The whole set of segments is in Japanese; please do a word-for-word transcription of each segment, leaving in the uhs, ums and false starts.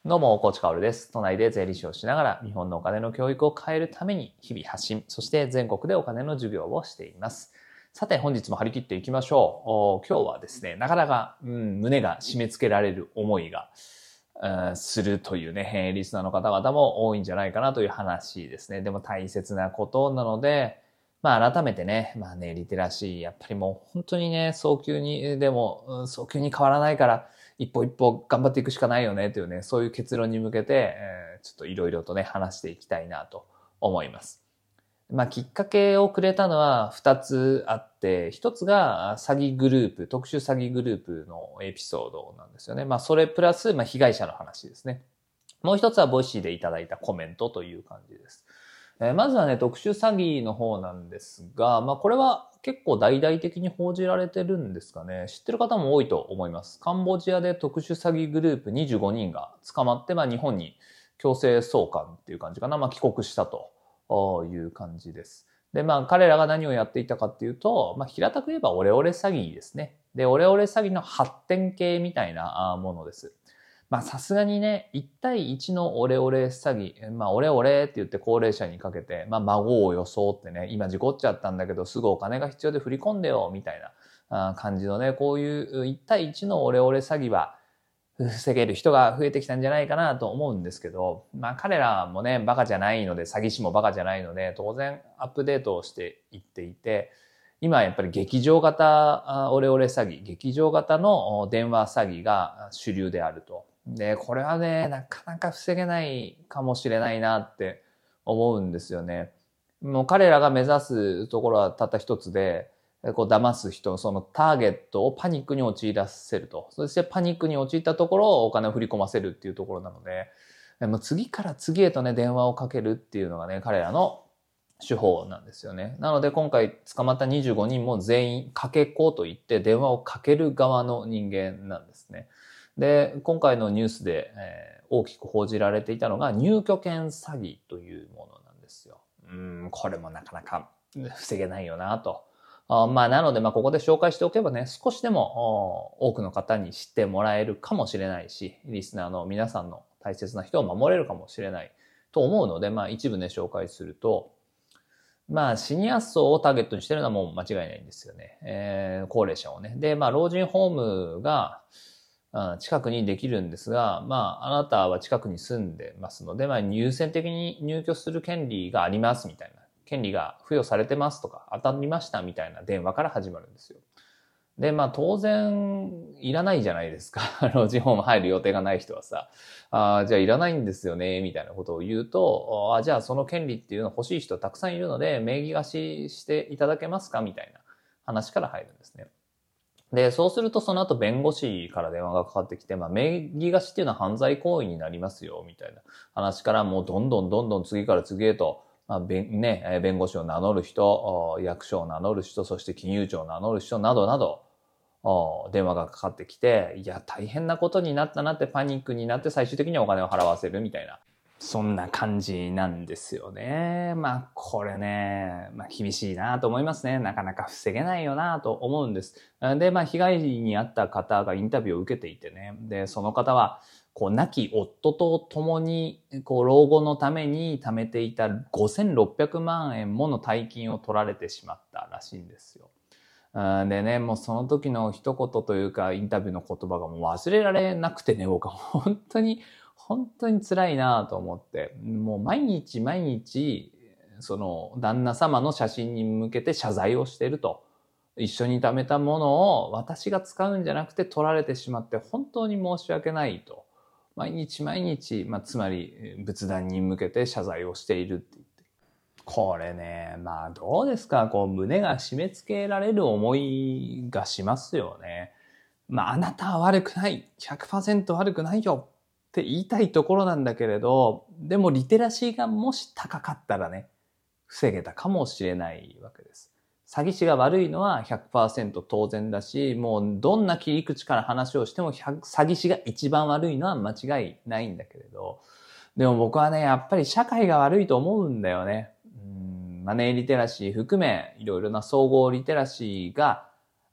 どうも、コーチカオルです。都内で税理士をしながら日本のお金の教育を変えるために日々発信、そして全国でお金の授業をしています。さて、本日も張り切っていきましょう。今日はですね、なかなか、うん、胸が締め付けられる思いが、うん、するというね、リスナーの方々も多いんじゃないかなという話ですね。でも大切なことなので、まあ改めてね、まあね、リテラシー、やっぱりもう本当にね、早急に、でも、早急に変わらないから、一歩一歩頑張っていくしかないよねというね、そういう結論に向けて、えー、ちょっといろいろとね、話していきたいなと思います。まあきっかけをくれたのは二つあって、一つが詐欺グループ、特殊詐欺グループのエピソードなんですよね。まあそれプラス、まあ被害者の話ですね。もう一つはボイシーでいただいたコメントという感じです。えー、まずはね、特殊詐欺の方なんですが、まあこれは結構大々的に報じられてるんですかね。知ってる方も多いと思います。カンボジアで特殊詐欺グループにじゅうごにんが捕まって、まあ日本に強制送還っていう感じかな。まあ帰国したという感じです。で、まあ彼らが何をやっていたかっていうと、まあ平たく言えばオレオレ詐欺ですね。で、オレオレ詐欺の発展系みたいなものです。まあさすがにね、いち対いちのオレオレ詐欺、まあオレオレって言って高齢者にかけて、まあ孫を装ってね、今事故っちゃったんだけどすぐお金が必要で振り込んでよ、みたいな感じのね、こういういち対いちのオレオレ詐欺は防げる人が増えてきたんじゃないかなと思うんですけど、まあ彼らもね、バカじゃないので、詐欺師もバカじゃないので、当然アップデートをしていっていて、今やっぱり劇場型オレオレ詐欺、劇場型の電話詐欺が主流であると。で、これはね、なかなか防げないかもしれないなって思うんですよね。もう彼らが目指すところはたった一つで、こう騙す人、そのターゲットをパニックに陥らせると。そしてパニックに陥ったところをお金を振り込ませるっていうところなので、もう次から次へとね、電話をかけるっていうのがね、彼らの手法なんですよね。なので今回捕まったにじゅうごにんも全員かけ子といって電話をかける側の人間なんですね。で、今回のニュースで、えー、大きく報じられていたのが入居権詐欺というものなんですよ。うん、これもなかなか防げないよなと。あまあなのでまあここで紹介しておけばね、少しでも多くの方に知ってもらえるかもしれないし、リスナーの皆さんの大切な人を守れるかもしれないと思うので、まあ一部ね紹介すると、まあ、シニア層をターゲットにしてるのはもう間違いないんですよね。えー、高齢者をね。で、まあ、老人ホームが近くにできるんですが、まあ、あなたは近くに住んでますので、まあ、優先的に入居する権利がありますみたいな。権利が付与されてますとか、当たりましたみたいな電話から始まるんですよ。で、まあ当然いらないじゃないですか。老人ホーム入る予定がない人はさ、あじゃあいらないんですよね、みたいなことを言うと、あじゃあその権利っていうの欲しい人たくさんいるので、名義貸ししていただけますかみたいな話から入るんですね。で、そうするとその後弁護士から電話がかかってきて、まあ名義貸しっていうのは犯罪行為になりますよ、みたいな話からもうどんどんどんどん次から次へと、まあ弁ね、弁護士を名乗る人、役所を名乗る人、そして金融庁を名乗る人などなど、電話がかかってきて、いや、大変なことになったなってパニックになって最終的にはお金を払わせるみたいな。そんな感じなんですよね。まあ、これね、まあ厳しいなと思いますね。なかなか防げないよなと思うんです。で、まあ被害に遭った方がインタビューを受けていてね。で、その方は、こう、亡き夫と共に、こう、老後のために貯めていたごせんろっぴゃくまんえんもの大金を取られてしまったらしいんですよ。でね、もうその時の一言というかインタビューの言葉がもう忘れられなくてね、僕は本当に、本当に辛いなと思って、もう毎日毎日、その旦那様の写真に向けて謝罪をしていると。一緒に貯めたものを私が使うんじゃなくて取られてしまって本当に申し訳ないと。毎日毎日、まあ、つまり仏壇に向けて謝罪をしているって言って。これね、まあどうですか、こう胸が締め付けられる思いがしますよね。まああなたは悪くない。ひゃくパーセント 悪くないよって言いたいところなんだけれど、でもリテラシーがもし高かったらね、防げたかもしれないわけです。詐欺師が悪いのは ひゃくパーセント 当然だし、もうどんな切り口から話をしても詐欺師が一番悪いのは間違いないんだけれど、でも僕はね、やっぱり社会が悪いと思うんだよね。うんマネーリテラシー含め、いろいろな総合リテラシーが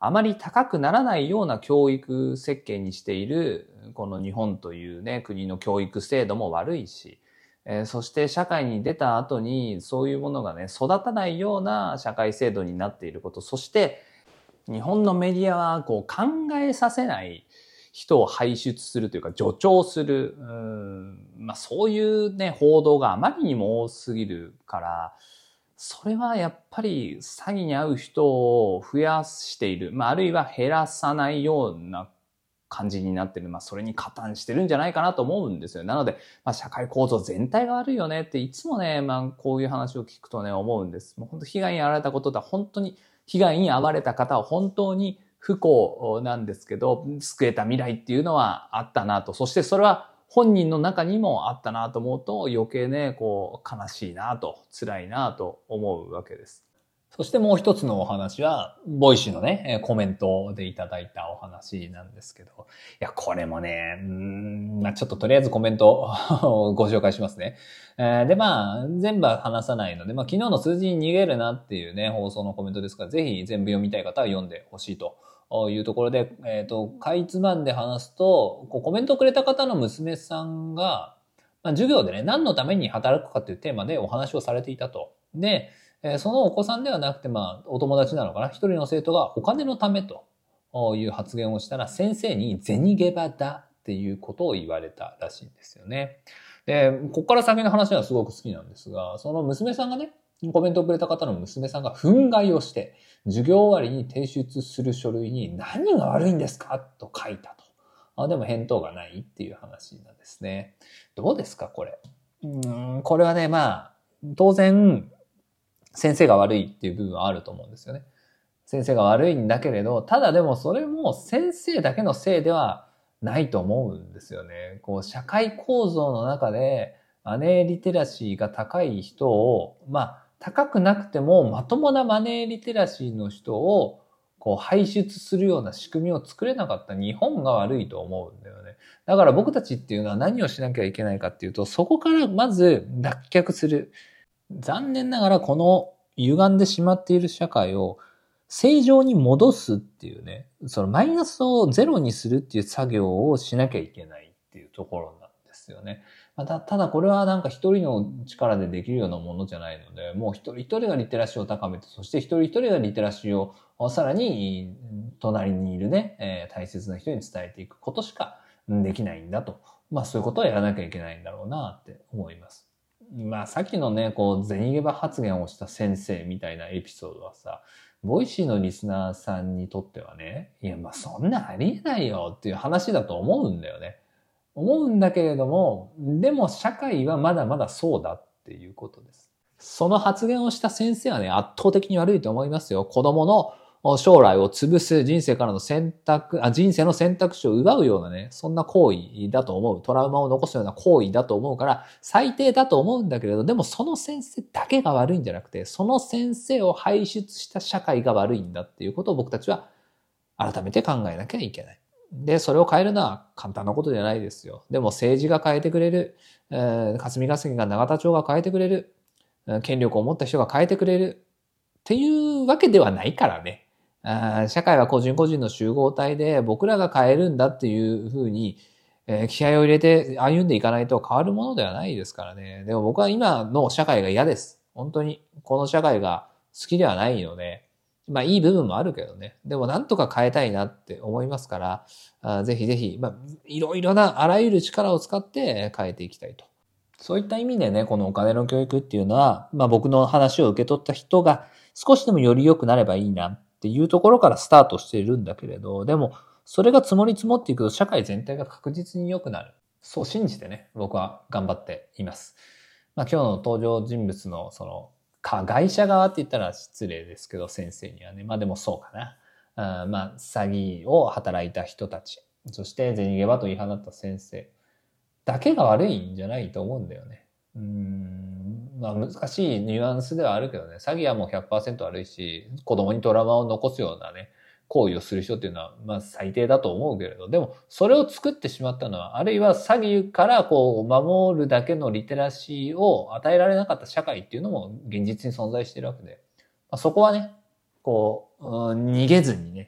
あまり高くならないような教育設計にしている、この日本というね、国の教育制度も悪いし、えー、そして社会に出た後にそういうものがね、育たないような社会制度になっていること、そして日本のメディアはこう考えさせない人を輩出するというか助長する、うーん、まあそういうね、報道があまりにも多すぎるから、それはやっぱり詐欺に遭う人を増やしている、まああるいは減らさないような感じになってる。まあそれに加担してるんじゃないかなと思うんですよ。なので、まあ社会構造全体が悪いよねっていつもね、まあこういう話を聞くとね、思うんです。もう本当被害に遭われたことだ、本当に被害に遭われた方は本当に不幸なんですけど、救えた未来っていうのはあったなと。そしてそれは本人の中にもあったなと思うと余計ね、こう悲しいなと、辛いなと思うわけです。そしてもう一つのお話は、ボイシーのね、コメントでいただいたお話なんですけど、いや、これもね、うーん、まあちょっととりあえずコメントをご紹介しますね。えー、で、まあ全部は話さないので、まあ昨日の数字に逃げるなっていうね、放送のコメントですから、ぜひ全部読みたい方は読んでほしいというところで、えっと、かいつまんで話すと、こうコメントをくれた方の娘さんが、まあ、授業でね、何のために働くかっていうテーマでお話をされていたと。で、そのお子さんではなくて、まあ、お友達なのかな。一人の生徒がお金のためという発言をしたら、先生に銭ゲバだっていうことを言われたらしいんですよね。で、ここから先の話はすごく好きなんですが、その娘さんがね、コメントをくれた方の娘さんが憤慨をして、授業終わりに提出する書類に何が悪いんですかと書いたと。あ、でも返答がないっていう話なんですね。どうですかこれ。うーん、これはね、まあ、当然、先生が悪いっていう部分はあると思うんですよね。先生が悪いんだけれど、ただでもそれも先生だけのせいではないと思うんですよね。こう、社会構造の中でマネーリテラシーが高い人を、まあ、高くなくてもまともなマネーリテラシーの人をこう輩出するような仕組みを作れなかった日本が悪いと思うんだよね。だから僕たちっていうのは何をしなきゃいけないかっていうと、そこからまず脱却する。残念ながらこの歪んでしまっている社会を正常に戻すっていうね、そのマイナスをゼロにするっていう作業をしなきゃいけないっていうところなんですよね。た, ただこれはなんか一人の力でできるようなものじゃないので、もう一人一人がリテラシーを高めて、そして一人一人がリテラシーをさらに隣にいるね、えー、大切な人に伝えていくことしかできないんだと。まあそういうことをやらなきゃいけないんだろうなって思います。まあさっきのね、こう、銭ゲバ発言をした先生みたいなエピソードはさ、ボイシーのリスナーさんにとってはね、いやまあそんなありえないよっていう話だと思うんだよね。思うんだけれども、でも社会はまだまだそうだっていうことです。その発言をした先生はね、圧倒的に悪いと思いますよ。子供の将来を潰す人生からの選択、あ、人生の選択肢を奪うようなね、そんな行為だと思う。トラウマを残すような行為だと思うから、最低だと思うんだけれど、でもその先生だけが悪いんじゃなくて、その先生を輩出した社会が悪いんだっていうことを僕たちは改めて考えなきゃいけない。で、それを変えるのは簡単なことじゃないですよ。でも政治が変えてくれる、えー、霞が関が永田町が変えてくれる、権力を持った人が変えてくれるっていうわけではないからね。あ、社会は個人個人の集合体で僕らが変えるんだっていうふうに、えー、気合を入れて歩んでいかないと変わるものではないですからね。でも僕は今の社会が嫌です。本当にこの社会が好きではないので、まあいい部分もあるけどね。でもなんとか変えたいなって思いますから、あぜひぜひ、まあいろいろなあらゆる力を使って変えていきたいと。そういった意味でね、このお金の教育っていうのは、まあ僕の話を受け取った人が少しでもより良くなればいいなっていうところからスタートしているんだけれど、でもそれが積もり積もっていくと社会全体が確実に良くなる。そう信じてね、僕は頑張っています。まあ今日の登場人物のその加害者側って言ったら失礼ですけど、先生にはね、まあでもそうかな。あまあ詐欺を働いた人たち、そして銭ゲバと言い放った先生だけが悪いんじゃないと思うんだよね。うーん、まあ難しいニュアンスではあるけどね、詐欺はもう ひゃくパーセント 悪いし、子供にトラウマを残すようなね、行為をする人っていうのは、まあ最低だと思うけれど、でもそれを作ってしまったのは、あるいは詐欺からこう守るだけのリテラシーを与えられなかった社会っていうのも現実に存在しているわけで、まあ、そこはね、こう、逃げずにね、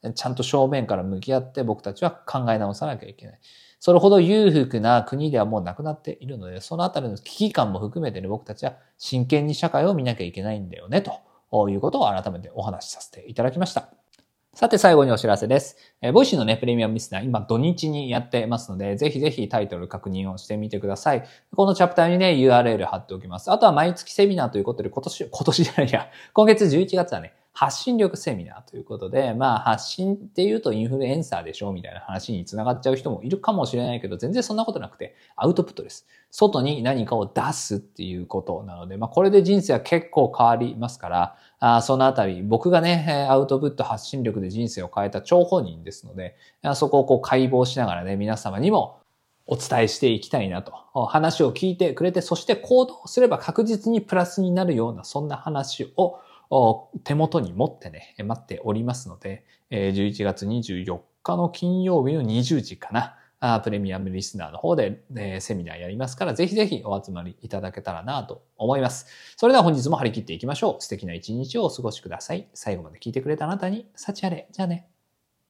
ちゃんと正面から向き合って僕たちは考え直さなきゃいけない。それほど裕福な国ではもうなくなっているので、そのあたりの危機感も含めてね、僕たちは真剣に社会を見なきゃいけないんだよね、ということを改めてお話しさせていただきました。さて最後にお知らせです。えー、ボイシーのね、プレミアムリスナー、今土日にやってますので、ぜひぜひタイトル確認をしてみてください。このチャプターにね、ユーアールエル 貼っておきます。あとは毎月セミナーということで、今年、今年じゃないや、今月じゅういちがつはね、発信力セミナーということで、まあ発信っていうとインフルエンサーでしょみたいな話につながっちゃう人もいるかもしれないけど、全然そんなことなくて、アウトプットです。外に何かを出すっていうことなので、まあこれで人生は結構変わりますから、あそのあたり、僕がね、アウトプット発信力で人生を変えた張本人ですので、そこをこう解剖しながらね、皆様にもお伝えしていきたいなと。話を聞いてくれて、そして行動すれば確実にプラスになるような、そんな話を手元に持ってね、待っておりますので、じゅういちがつにじゅうよっかの金曜日のにじゅうじかな。プレミアムリスナーの方で、えー、セミナーやりますから、ぜひぜひお集まりいただけたらなと思います。それでは本日も張り切っていきましょう。素敵な一日をお過ごしください。最後まで聞いてくれたあなたに幸あれ。じゃあね。